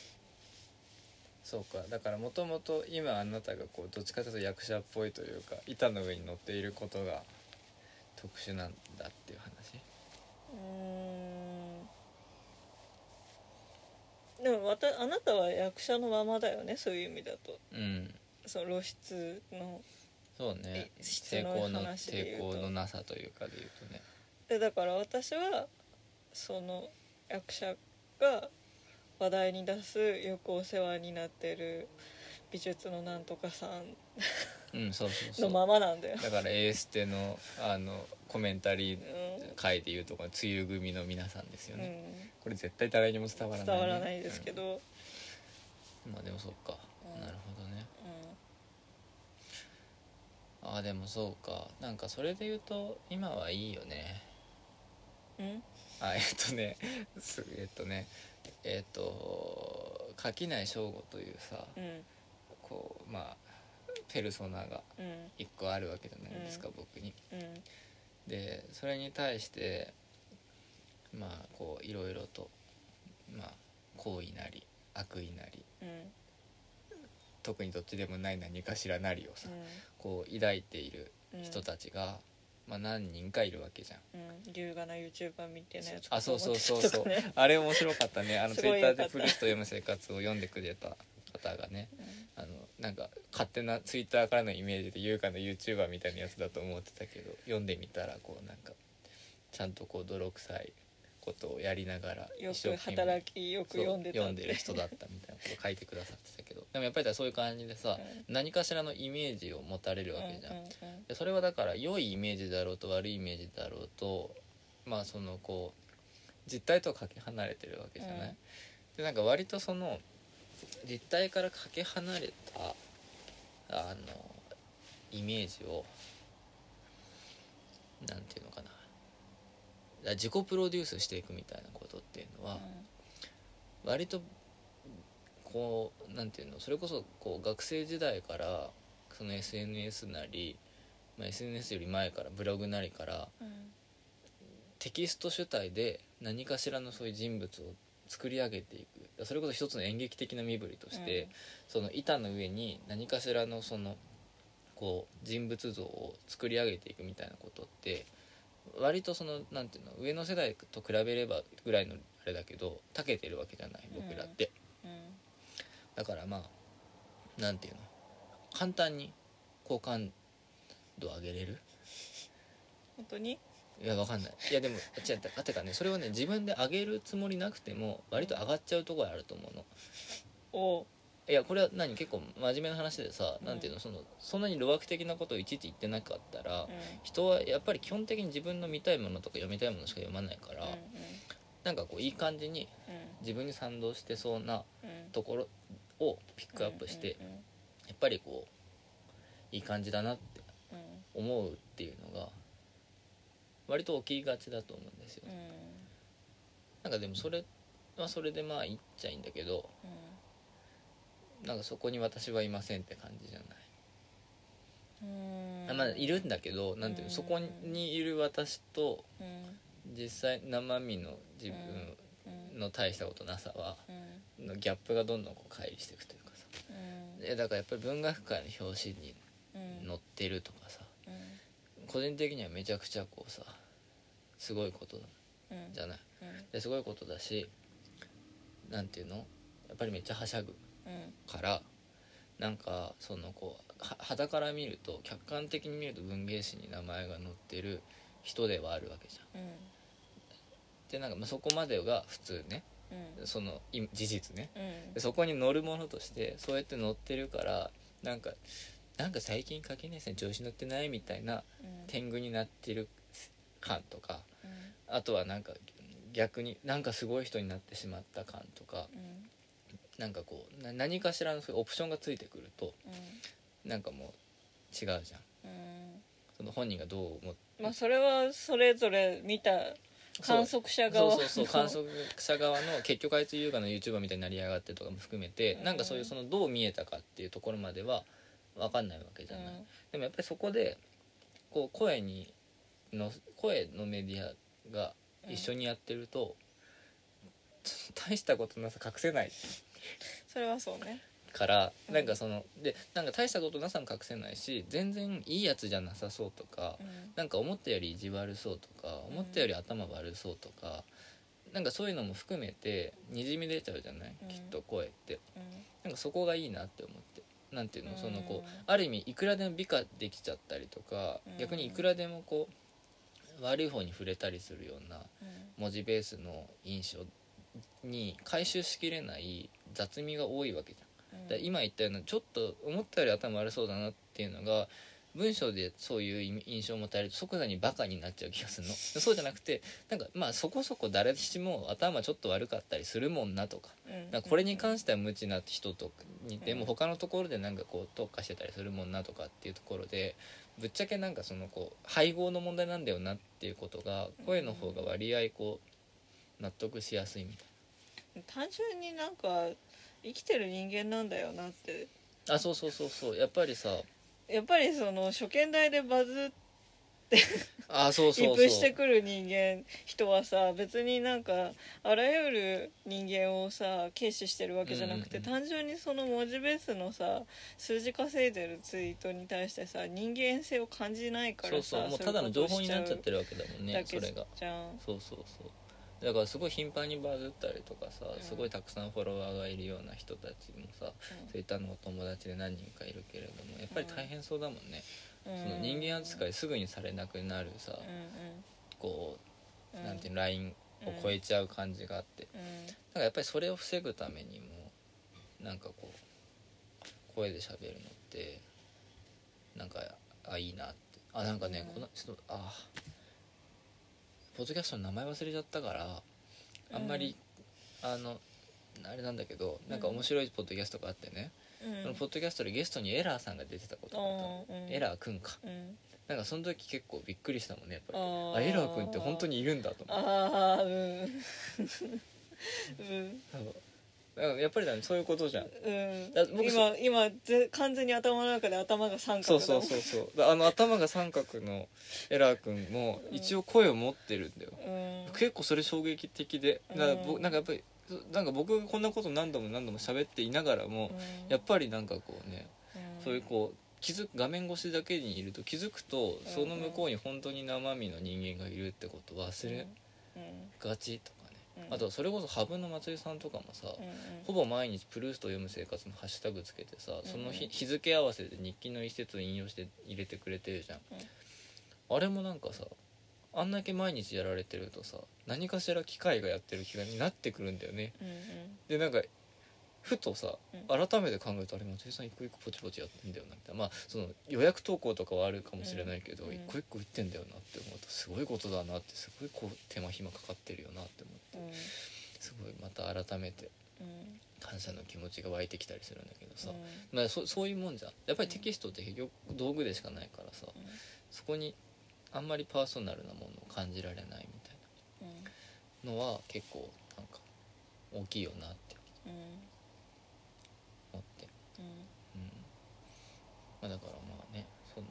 そうか、だからもともと今あなたがこうどっちかというと役者っぽいというか板の上に乗っていることが特殊なんだっていう話。 でもあなたは役者のままだよね、そういう意味だと。その露出のそうね、抵抗のなさというかでいうとね。 でだから私はその役者が話題に出すよくお世話になってる美術のなんとかさんのままなんだよ。 だからエーステのコメンタリー回でいうとこの梅雨組の皆さんですよね、これ絶対誰にも伝わらない、ね、 伝わらないですけど、 まあでもそうか、なるほどね、でもそうか、なんかそれで言うと今はいいよね。垣内翔吾というさ、こうまあペルソナが一個あるわけじゃないですか、僕に。でそれに対してまあこういろいろとまあ好意なり悪意なり、特にどっちでもない何かしらなりをさ、こう抱いている人たちが、まあ、何人かいるわけじゃん。 龍がな YouTuber みたいなやつかと思ってたとかね。あれ面白かったね。ツイッターでプルスト読む生活を読んでくれた方がね、なんか勝手なツイッターからのイメージで優香の YouTuber みたいなやつだと思ってたけど、読んでみたらこうなんかちゃんとこう泥臭いことをやりながらよく働きよく読んでる人だったみたいなことを書いてくださってたけど、でもやっぱりそういう感じでさ、何かしらのイメージを持たれるわけじゃん。でそれはだから良いイメージだろうと悪いイメージだろうと、まあそのこう実態とはかけ離れてるわけじゃない。でなんか割とその実態からかけ離れたイメージをなんていうのかな、自己プロデュースしていくみたいなことっていうのは、割とこうなんていうの、それこそこう学生時代からその SNS なり、まあ、SNS より前からブログなりから、 テキスト主体で何かしらのそういう人物を作り上げていく、それこそ一つの演劇的な身振りとして、その板の上に何かしらのそのこう人物像を作り上げていくみたいなことって割とそのなんていうの上の世代と比べればぐらいのあれだけど長けてるわけじゃない僕らって、だからまあなんていうの簡単に好感度上げれる。 本当にいやわかんない。いやでも違ったてかね、それはね自分で上げるつもりなくても割と上がっちゃうところあると思うの。 おいやこれは結構真面目な話でさ、なんていうのそんなに路惑的なことをいちいち言ってなかったら、人はやっぱり基本的に自分の見たいものとか読みたいものしか読まないから、なんかこういい感じに自分に賛同してそうなところをピックアップして、やっぱりこういい感じだなって思うっていうのが割と起きがちだと思うんですよ。なんかでもそれはそれでまあいっちゃいいんだけど、なんかそこに私はいませんって感じじゃない。まあいるんだけど、なんていうの、そこにいる私と実際生身の自分の大したことなさはのギャップがどんどんこう乖離していくというかさ、だからやっぱり文学界の表紙に載ってるとかさ、個人的にはめちゃくちゃこうさすごいことじゃない。ですごいことだし、なんていうのやっぱりめっちゃはしゃぐから、なんかそのこう肌から見ると客観的に見ると文芸誌に名前が載ってる人ではあるわけじゃん。でなんかまあそこまでが普通ね、その事実ね、でそこに載るものとしてそうやって載ってるから、なんか最近垣根さん調子乗ってないみたいな天狗になってる感とか、あとはなんか逆になんかすごい人になってしまった感とか、なんかこう何かしらのそういうオプションがついてくると、なんかもう違うじゃん、その本人がどう思って、 まあそれはそれぞれ見た観測者側そう観測者側の結局あいつ優雅の YouTuber みたいになりやがってとかも含めて、なんかそういうそのどう見えたかっていうところまでは分かんないわけじゃない、でもやっぱりそこでこう声のメディアが一緒にやってると、大したことなさ隠せないそれはそうねから、なんかそのでなんか大したことなさも隠せないし、全然いいやつじゃなさそうとか、なんか思ったより意地悪そうとか、思ったより頭悪そうとか、なんかそういうのも含めてにじみ出ちゃうじゃない、きっと声って、なんかそこがいいなって思って、なんていうの、そのこうある意味いくらでも美化できちゃったりとか、逆にいくらでもこう悪い方に触れたりするような文字ベースの印象に回収しきれない雑味が多いわけじゃん。だ今言ったようなちょっと思ったより頭悪そうだなっていうのが文章でそういう印象を持たれると即座にバカになっちゃう気がするの。そうじゃなくて、なんかまあそこそこ誰しも頭ちょっと悪かったりするもんなとか、なんかこれに関しては無知な人とにでも他のところでなんかこう特化してたりするもんなとかっていうところで、ぶっちゃけなんかそのこう配合の問題なんだよなっていうことが声の方が割合こう納得しやすいみたいな。 単純になんか生きてる人間なんだよなって。 そうやっぱりさ、 やっぱりその初見台でバズってイプしてくる人はさ、別になんかあらゆる人間をさ軽視してるわけじゃなくて、単純にその文字ベースのさ数字稼いでるツイートに対してさ人間性を感じないからさ、 もうただの情報になっちゃってるわけだもんね、それが。 じゃん。 そうだからすごい頻繁にバズったりとかさ、すごいたくさんフォロワーがいるような人たちもさ、そういったのお友達で何人かいるけれども、やっぱり大変そうだもんね、その人間扱いすぐにされなくなるさ、こうなんていうのラインを超えちゃう感じがあって、だからやっぱりそれを防ぐためにもなんかこう声で喋るのってなんかいいなって、なんかね、このちょっとポッドキャストの名前忘れちゃったからあんまり、あれなんだけど、なんか面白いポッドキャストがあってね、そのポッドキャストでゲストにエラーさんが出てたことがあったの、エラーくんか、なんかその時結構びっくりしたもんね、やっぱりエラーくんって本当にいるんだと思って。 だからやっぱりだ、ね、そういうことじゃん。 うん僕今完全に頭の中で頭が三そう角だそうそうそう、頭が三角のエラー君も一応声を持ってるんだよ、 うん結構それ衝撃的で、だからなんかやっぱりなんか僕がこんなこと何度も喋っていながらも、やっぱりなんかこうね、そういうこう画面越しだけにいると気づくと、その向こうに本当に生身の人間がいるってことを忘れがちとかね、あとそれこそハブの松井さんとかもさ、ほぼ毎日プルーストを読む生活のハッシュタグつけてさ、その日付合わせで日記の一節を引用して入れてくれてるじゃん、あれもなんかさ、あんだけ毎日やられてるとさ、何かしら機械がやってる気がなってくるんだよね、でなんかふとさ改めて考えると、あれ松井さん一個一個ポチポチやってんだよなみたいな、まあその予約投稿とかはあるかもしれないけど、一個一個打ってんだよなって思うと、すごいことだなって、すごいこう手間暇かかってるよなって思って、すごいまた改めて感謝の気持ちが湧いてきたりするんだけどさ、まあそういうもんじゃん。やっぱりテキストって結局道具でしかないからさ、そこにあんまりパーソナルなものを感じられないみたいなのは結構なんか大きいよなって思って、まあ、だからまあね、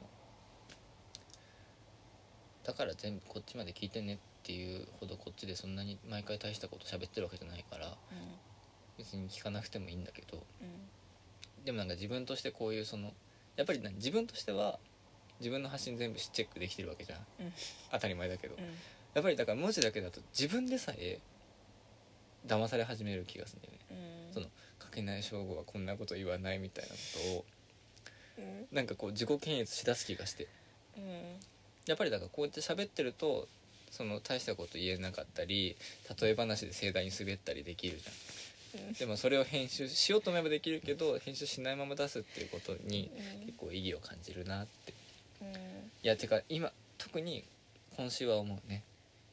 だから全部こっちまで聞いてねっていうほどこっちでそんなに毎回大したこと喋ってるわけじゃないから、別に聞かなくてもいいんだけど、でもなんか自分としてこういうやっぱり自分としては自分の発信全部チェックできてるわけじゃん、当たり前だけど、やっぱりだから文字だけだと自分でさえ騙され始める気がするんだよね、書けない称号はこんなこと言わないみたいなことを、なんかこう自己検閲しだす気がして、やっぱりだからこうやって喋ってると大したこと言えなかったり、例え話で盛大に滑ったりできるじゃん、でもそれを編集しようと思えばできるけど、編集しないまま出すっていうことに結構意義を感じるなって、いやてか今特に今週は思うね。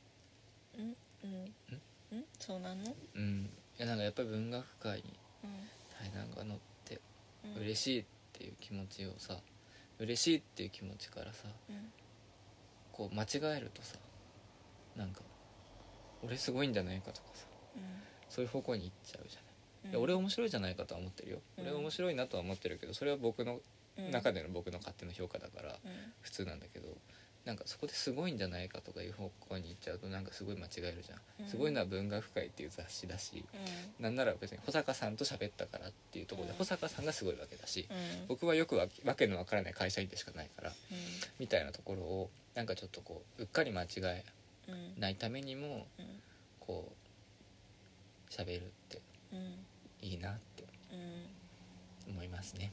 そうなの？ いやなんかやっぱり文学界に対談が載って嬉しいっていう気持ちをさ、嬉しいっていう気持ちからさ、こう間違えるとさ、なんか俺すごいんじゃないかとかさ、そういう方向に行っちゃうじゃない、いや俺面白いじゃないかとは思ってるよ、俺面白いなとは思ってるけど、それは僕の中での僕の勝手な評価だから普通なんだけど、なんかそこですごいんじゃないかとかいう方向に行っちゃうと、なんかすごい間違えるじゃん、すごいのは文学界っていう雑誌だし、なんなら別に保坂さんと喋ったからっていうところで保坂さんがすごいわけだし、僕はよくわけのわからない会社員でしかないから、みたいなところをなんかちょっとこううっかり間違えないためにもこう喋るっていいなって思いますね。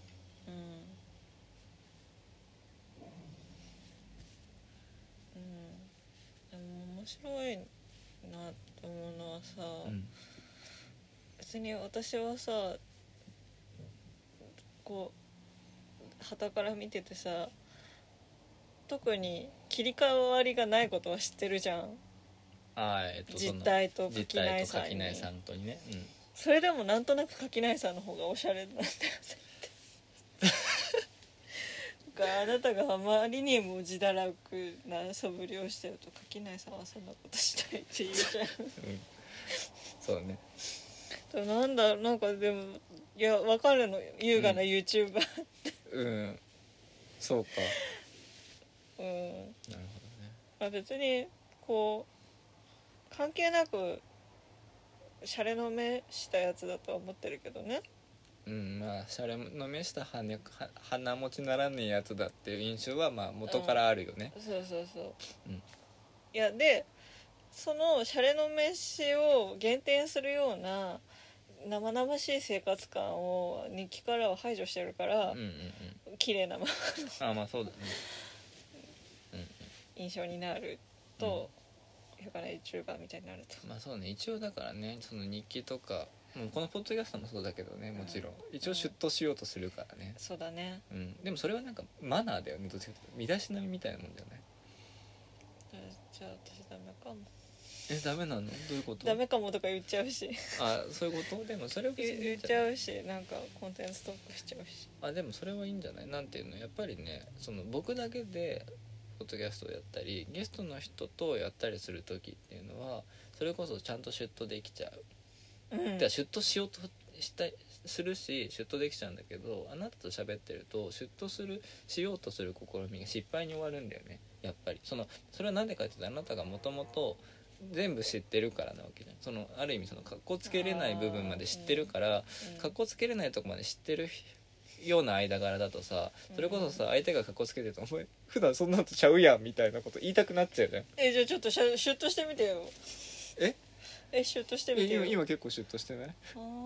でも面白いなと思うのはさ、別に私はさこう傍から見ててさ、特に切り替わりがないことは知ってるじゃん。実態と垣内さんとにね、 それでもなんとなく垣内さんの方がおしゃれなんだよねってあなたがあまりにも自堕落な素振りをしてると、垣内さんはそんなことしないって言うじゃんそうね。 なんかでもいや分かるの、優雅な YouTuber って、 そうか、 なるほどね。 まあ、別にこう関係なくシャレの目したやつだとは思ってるけどね。 まあシャレの目した鼻持ちならねえやつだっていう印象はまあ元からあるよね。 そう、いやでそのシャレの飯を減点するような生々しい生活感を日記からは排除してるから、綺麗なまままあそうだね、 印象になると、よくない YouTuber みたいになると、 まあそうね、一応だからね、その日記とかもうこのポッドキャストもそうだけどね、もちろん一応シュッとしようとするからね、 そうだね、 でもそれはなんかマナーだよね、どっちかというと身だしなみみたいなもんじゃない？ じゃあ私ダメかも。 ダメなの？どういうこと？ ダメかもとか言っちゃうしそういうこと？でもそれは別に言っちゃうし、なんかコンテンツトップしちゃうし、 でもそれはいいんじゃない？なんていうの、やっぱりね、その僕だけでポッドキャストをやったりゲストの人とやったりする時っていうのはそれこそちゃんとシュッとできちゃう、シュッとしようとするしシュッとできちゃうんだけど、あなたと喋ってるとシュッとしようとする試みが失敗に終わるんだよね。やっぱりそれは何でかっていうと、あなたがもともと全部知ってるからなわけじゃん。ある意味かっこつけれない部分まで知ってるから、かっこつけれないとこまで知ってるような間柄だとさ、それこそさ相手がかっこつけてると「お前普段そんなのとちゃうやん」みたいなこと言いたくなっちゃうじゃん。 じゃあちょっとシュッとしてみてよ。シュッとしてみてよ。 今結構シュッとしてない？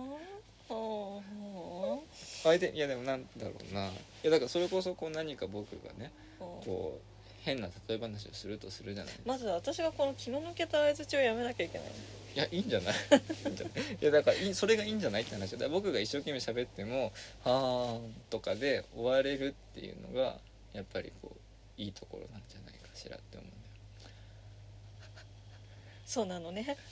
は相手いやでもなんだろうな、いやだからそれこそ何か僕がね変な例え話をするとするじゃない。 まず私がこの気の抜けた相槌をやめなきゃいけない。 いやいいんじゃないいやだからそれがいいんじゃないって話だから、僕が一生懸命喋っても「はーん」とかで終われるっていうのがやっぱりいいところなんじゃないかしらって思うんだよ。 そうなのね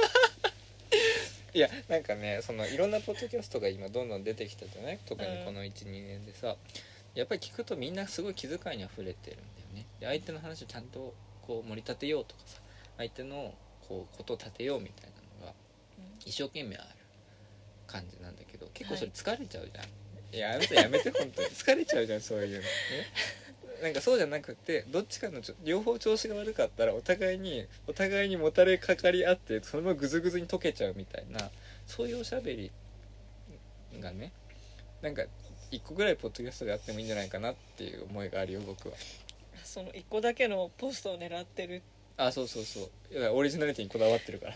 いやなんかね、いろんなポッドキャストが今どんどん出てきたじゃない。特にこの 1,2 年でさ、やっぱり聞くとみんなすごい気遣いにあふれてるんだよね。で相手の話をちゃんと盛り立てようとかさ、相手のことを立てようみたいなのが一生懸命ある感じなんだけど、結構それ疲れちゃうじゃん、はい、いやあなたやめて本当に疲れちゃうじゃんそういうのね。なんかそうじゃなくて、どっちかの両方調子が悪かったらお互いにもたれかかり合ってそのままグズグズに溶けちゃうみたいな、そういうおしゃべりがね、なんか一個ぐらいポッドキャストであってもいいんじゃないかなっていう思いがあるよ僕は。 その一個だけのポストを狙ってる。 そういやオリジナリティにこだわってるから。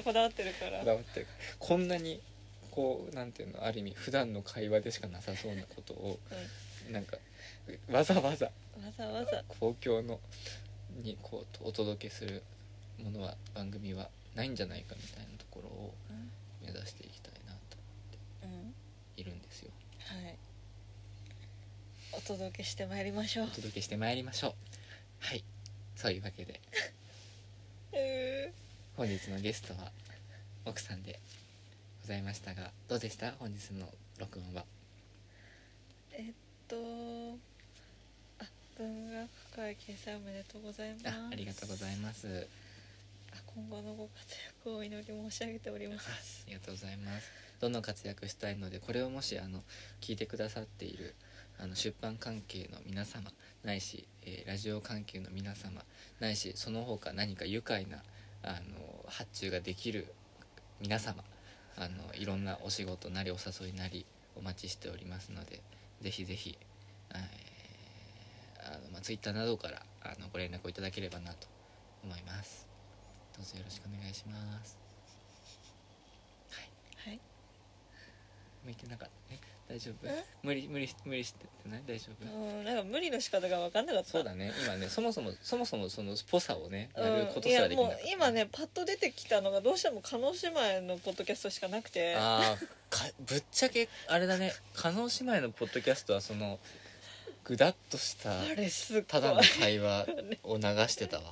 こだわってるからこだわってる。こんなになんていうの、ある意味普段の会話でしかなさそうなことを、なんかわざわざ公共のにお届けするものは番組はないんじゃないかみたいなところを目指していきたいなと思っているんですよ。 はい、お届けしてまいりましょう。 はい、そういうわけで本日のゲストは奥さんでございましたが、どうでした本日の録音は。 文学会掲載おめでとうございます。 ありがとうございます。 今後のご活躍をお祈り申し上げております。 ありがとうございます。どんどん活躍したいので、これをもし聞いてくださっている出版関係の皆様ないし、ラジオ関係の皆様ないし、その他何か愉快な発注ができる皆様、いろんなお仕事なりお誘いなりお待ちしておりますので、ぜひぜひツイッターなどからご連絡をいただければなと思います。どうぞよろしくお願いします。はい、向いてなかったね。大丈夫？無理してってない？大丈夫？ なんか無理の仕方が分かんなかった。 そうだね。今ねそもそもそのぽさをねやることすらできなかった、ね。 今ねパッと出てきたのがどうしても叶姉妹のポッドキャストしかなくて。 ぶっちゃけあれだね。叶姉妹のポッドキャストはぐだっとしたただの会話を流してたわ。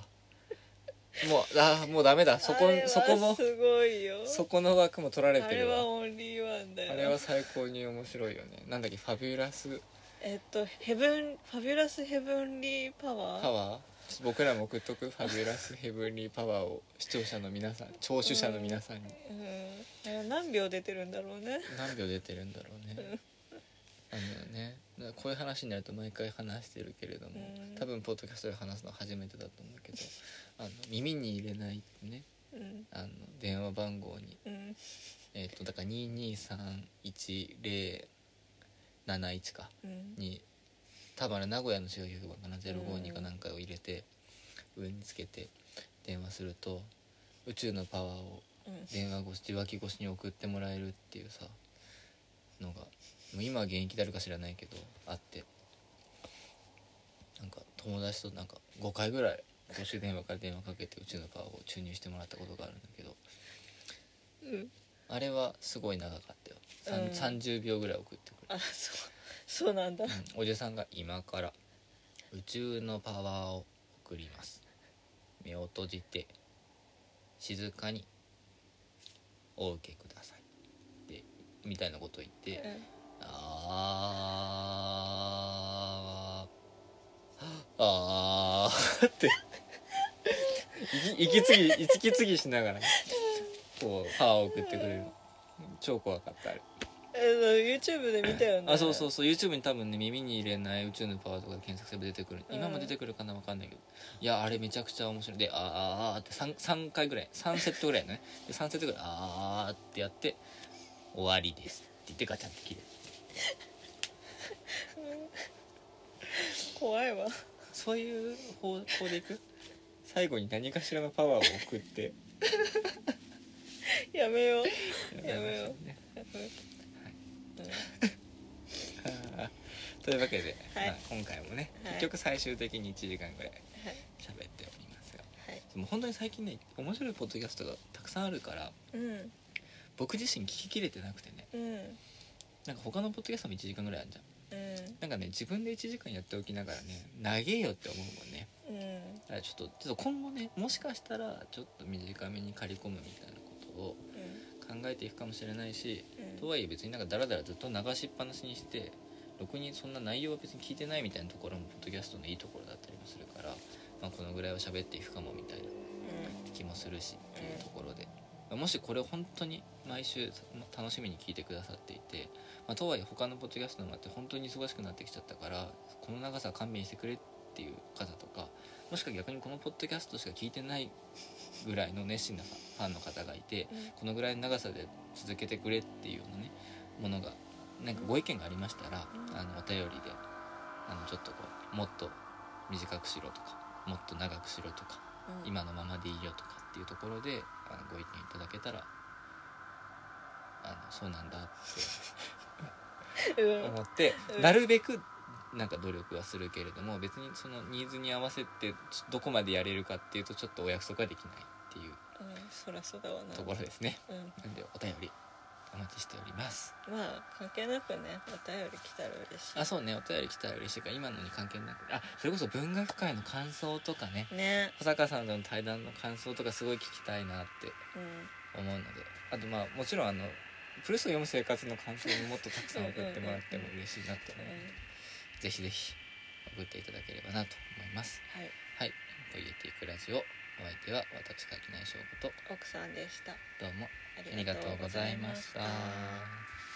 もうダメだ。そこもすごいよ。そこの枠も取られてるわ。 あれはオンリーワンだよ。 あれは最高に面白いよね。なんだっけ、ファビュラスファビュラスヘブンリーパワー。 僕らも送っとく。ファビュラスヘブンリーパワーを視聴者の皆さん、聴取者の皆さんに。 何秒出てるんだろうね。 こういう話になると毎回話してるけれども、多分ポッドキャストで話すのは初めてだと思うけど、耳に入れないってね、電話番号に、だから2231071か、に多分名古屋の周遊番かな、052かなんかを入れて上につけて電話すると宇宙のパワーを電話越し受話器越しに送ってもらえるっていうさのが、もう今は現役であるか知らないけどあって、なんか友達となんか5回ぐらい公衆電話から電話かけて宇宙のパワーを注入してもらったことがあるんだけど、あれはすごい長かったよ。30秒ぐらい送ってくる。 そうなんだ。 おじさんが今から宇宙のパワーを送ります、目を閉じて静かにお受けくださいでみたいなことを言って、って息継ぎしながらパワーを送ってくれる。超怖かったあれ。 YouTube で見たよね。 あ、そうそうそう、 YouTube に多分ね、耳に入れない宇宙のパワーとかで検索すれば出てくる、今も出てくるかな、分かんないけど、いやあれめちゃくちゃ面白い。であーって 3回ぐらい、3セットぐらいのね、で3セットぐらいあーってやって終わりですって言ってガチャって切れる。 怖いわ。 そういう方向でいく。最後に何かしらのパワーを送ってやめようやめようね。というわけで、 はいまあ、今回もね、 はい、 結局最終的に1時間ぐらい喋っておりますが、はい、でも本当に最近ね、面白いポッドキャストがたくさんあるから、 うん、 僕自身聞ききれてなくてね、 うん、 なんか他のポッドキャストも1時間ぐらいあるじゃん。なんかね、自分で1時間やっておきながらね、長えよって思うもんね。だからちょっと今後ね、もしかしたらちょっと短めに刈り込むみたいなことを考えていくかもしれないし、とはいえ別になんかダラダラずっと流しっぱなしにしてろくにそんな内容は別に聞いてないみたいなところもポッドキャストのいいところだったりもするから、まあ、このぐらいは喋っていくかもみたいな気もするしっていうところで、もしこれを本当に毎週楽しみに聞いてくださっていて、まあ、とはいえ他のポッドキャストもあって本当に忙しくなってきちゃったからこの長さは勘弁してくれっていう方とか、もしくは逆にこのポッドキャストしか聞いてないぐらいの熱心なファンの方がいて、このぐらいの長さで続けてくれっていうようなねものがなんかご意見がありましたら、お便りでちょっとこうもっと短くしろとかもっと長くしろとか、今のままでいいよとかっていうところでご意見いただけたらそうなんだって思って、なるべくなんか努力はするけれども、別にそのニーズに合わせてどこまでやれるかっていうとちょっとお約束はできないっていうそりゃそうだわなところですね。なんでお便りお待ちしております。 まあ関係なくね、お便り来たら嬉しい。 あ、そうね、お便り来たら嬉しいから、今のに関係なく、それこそ文学界の感想とかね、保坂さんとの対談の感想とかすごい聞きたいなって思うので、あとまあもちろんプレスを読む生活の感想ももっとたくさん送ってもらっても嬉しいなと思うので、ぜひぜひ送っていただければなと思います。はい、はい、ポイエティックラジオ、お相手は私垣内翔子と奥さんでした。 どうもありがとうございました。